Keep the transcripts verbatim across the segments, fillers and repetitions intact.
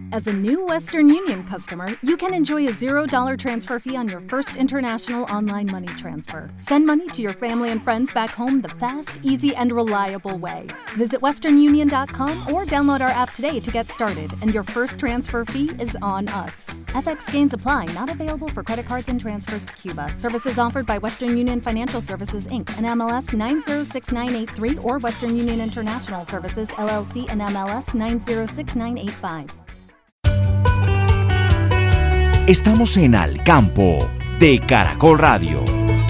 As a new Western Union customer, you can enjoy a zero dollars transfer fee on your first international online money transfer. Send money to your family and friends back home the fast, easy, and reliable way. Visit western union dot com or download our app today to get started, and your first transfer fee is on us. F X gains apply, not available for credit cards and transfers to Cuba. Services offered by Western Union Financial Services, Incorporated, and M L S nine zero six nine eight three or Western Union International Services, L L C, and M L S nine zero six nine eight five. Estamos en Al Campo de Caracol Radio.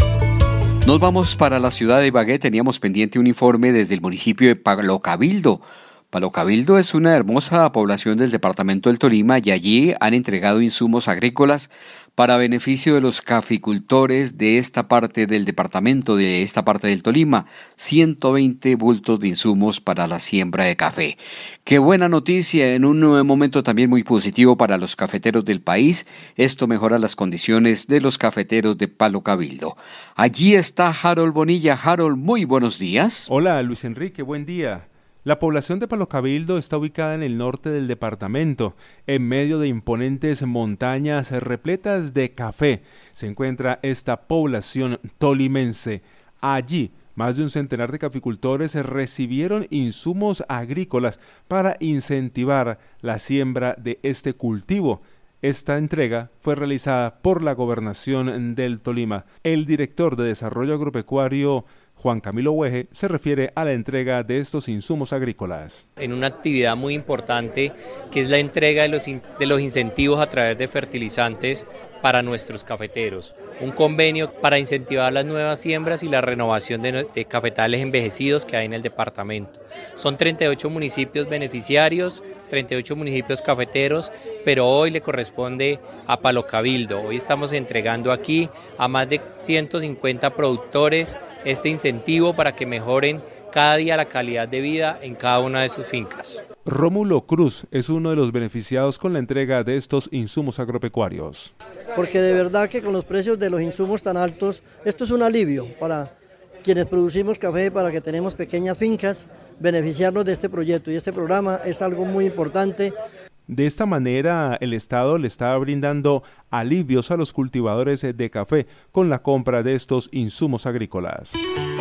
Nos vamos para la ciudad de Ibagué. Teníamos pendiente un informe desde el municipio de Palo Cabildo. Palo Cabildo es una hermosa población del departamento del Tolima y allí han entregado insumos agrícolas para beneficio de los caficultores de esta parte del departamento, de esta parte del Tolima, ciento veinte bultos de insumos para la siembra de café. Qué buena noticia en un momento también muy positivo para los cafeteros del país. Esto mejora las condiciones de los cafeteros de Palo Cabildo. Allí está Harold Bonilla. Harold, muy buenos días. Hola, Luis Enrique, buen día. La población de Palo Cabildo está ubicada en el norte del departamento, en medio de imponentes montañas repletas de café. Se encuentra esta población tolimense. Allí, más de un centenar de caficultores recibieron insumos agrícolas para incentivar la siembra de este cultivo. Esta entrega fue realizada por la Gobernación del Tolima. El director de Desarrollo Agropecuario, Juan Camilo Hueje, se refiere a la entrega de estos insumos agrícolas. En una actividad muy importante que es la entrega de los, de los incentivos a través de fertilizantes para nuestros cafeteros. Un convenio para incentivar las nuevas siembras y la renovación de, de cafetales envejecidos que hay en el departamento. Son treinta y ocho municipios beneficiarios, treinta y ocho municipios cafeteros, pero hoy le corresponde a Palo Cabildo. Hoy estamos entregando aquí a más de ciento cincuenta productores este incentivo para que mejoren cada día la calidad de vida en cada una de sus fincas. Rómulo Cruz es uno de los beneficiados con la entrega de estos insumos agropecuarios. Porque de verdad que con los precios de los insumos tan altos, esto es un alivio para quienes producimos café, para que tenemos pequeñas fincas, beneficiarnos de este proyecto y este programa es algo muy importante. De esta manera, el Estado le está brindando alivios a los cultivadores de café con la compra de estos insumos agrícolas.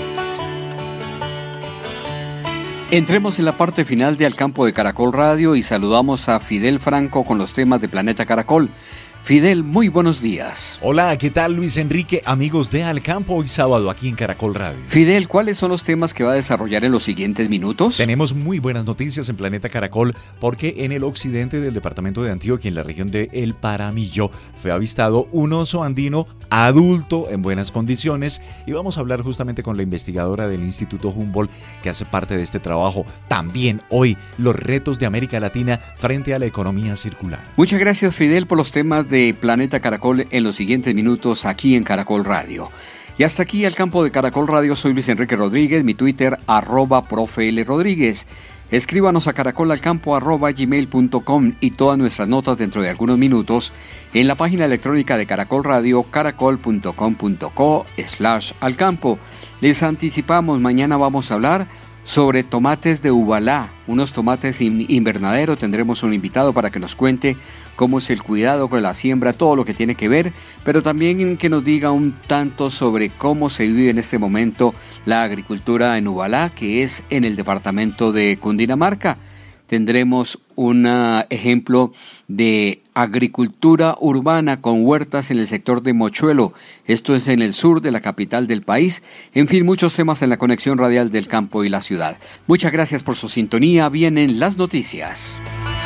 Entremos en la parte final de Al Campo de Caracol Radio y saludamos a Fidel Franco con los temas de Planeta Caracol. Fidel, muy buenos días. Hola, ¿qué tal Luis Enrique? Amigos de Al Campo, hoy sábado aquí en Caracol Radio. Fidel, ¿cuáles son los temas que va a desarrollar en los siguientes minutos? Tenemos muy buenas noticias en Planeta Caracol porque en el occidente del departamento de Antioquia, en la región de El Paramillo, fue avistado un oso andino adulto en buenas condiciones y vamos a hablar justamente con la investigadora del Instituto Humboldt que hace parte de este trabajo. También hoy, los retos de América Latina frente a la economía circular. Muchas gracias, Fidel, por los temas de de Planeta Caracol en los siguientes minutos aquí en Caracol Radio. Y hasta aquí Al Campo de Caracol Radio, soy Luis Enrique Rodríguez, mi Twitter arroba profe L Rodríguez. Escríbanos a caracolalcampo arroba gmail punto com y todas nuestras notas dentro de algunos minutos en la página electrónica de Caracol Radio, caracol punto com punto co slash alcampo. Les anticipamos, mañana vamos a hablar sobre tomates de Ubalá, unos tomates invernadero. Tendremos un invitado para que nos cuente cómo es el cuidado con la siembra, todo lo que tiene que ver, pero también que nos diga un tanto sobre cómo se vive en este momento la agricultura en Ubalá, que es en el departamento de Cundinamarca. Tendremos un ejemplo de agricultura urbana con huertas en el sector de Mochuelo. Esto es en el sur de la capital del país. En fin, muchos temas en la conexión radial del campo y la ciudad. Muchas gracias por su sintonía. Vienen las noticias.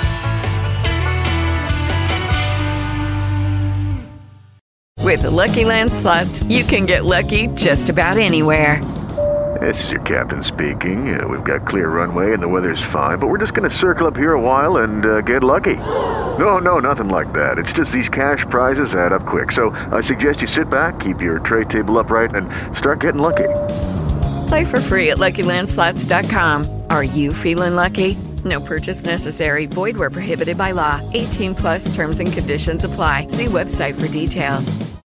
With the Lucky Land Slots, you can get lucky just about anywhere. This is your captain speaking. Uh, we've got clear runway and the weather's fine, but we're just going to circle up here a while and uh, get lucky. No, no, nothing like that. It's just these cash prizes add up quick. So I suggest you sit back, keep your tray table upright, and start getting lucky. Play for free at lucky land slots dot com. Are you feeling lucky? No purchase necessary. Void where prohibited by law. eighteen plus terms and conditions apply. See website for details.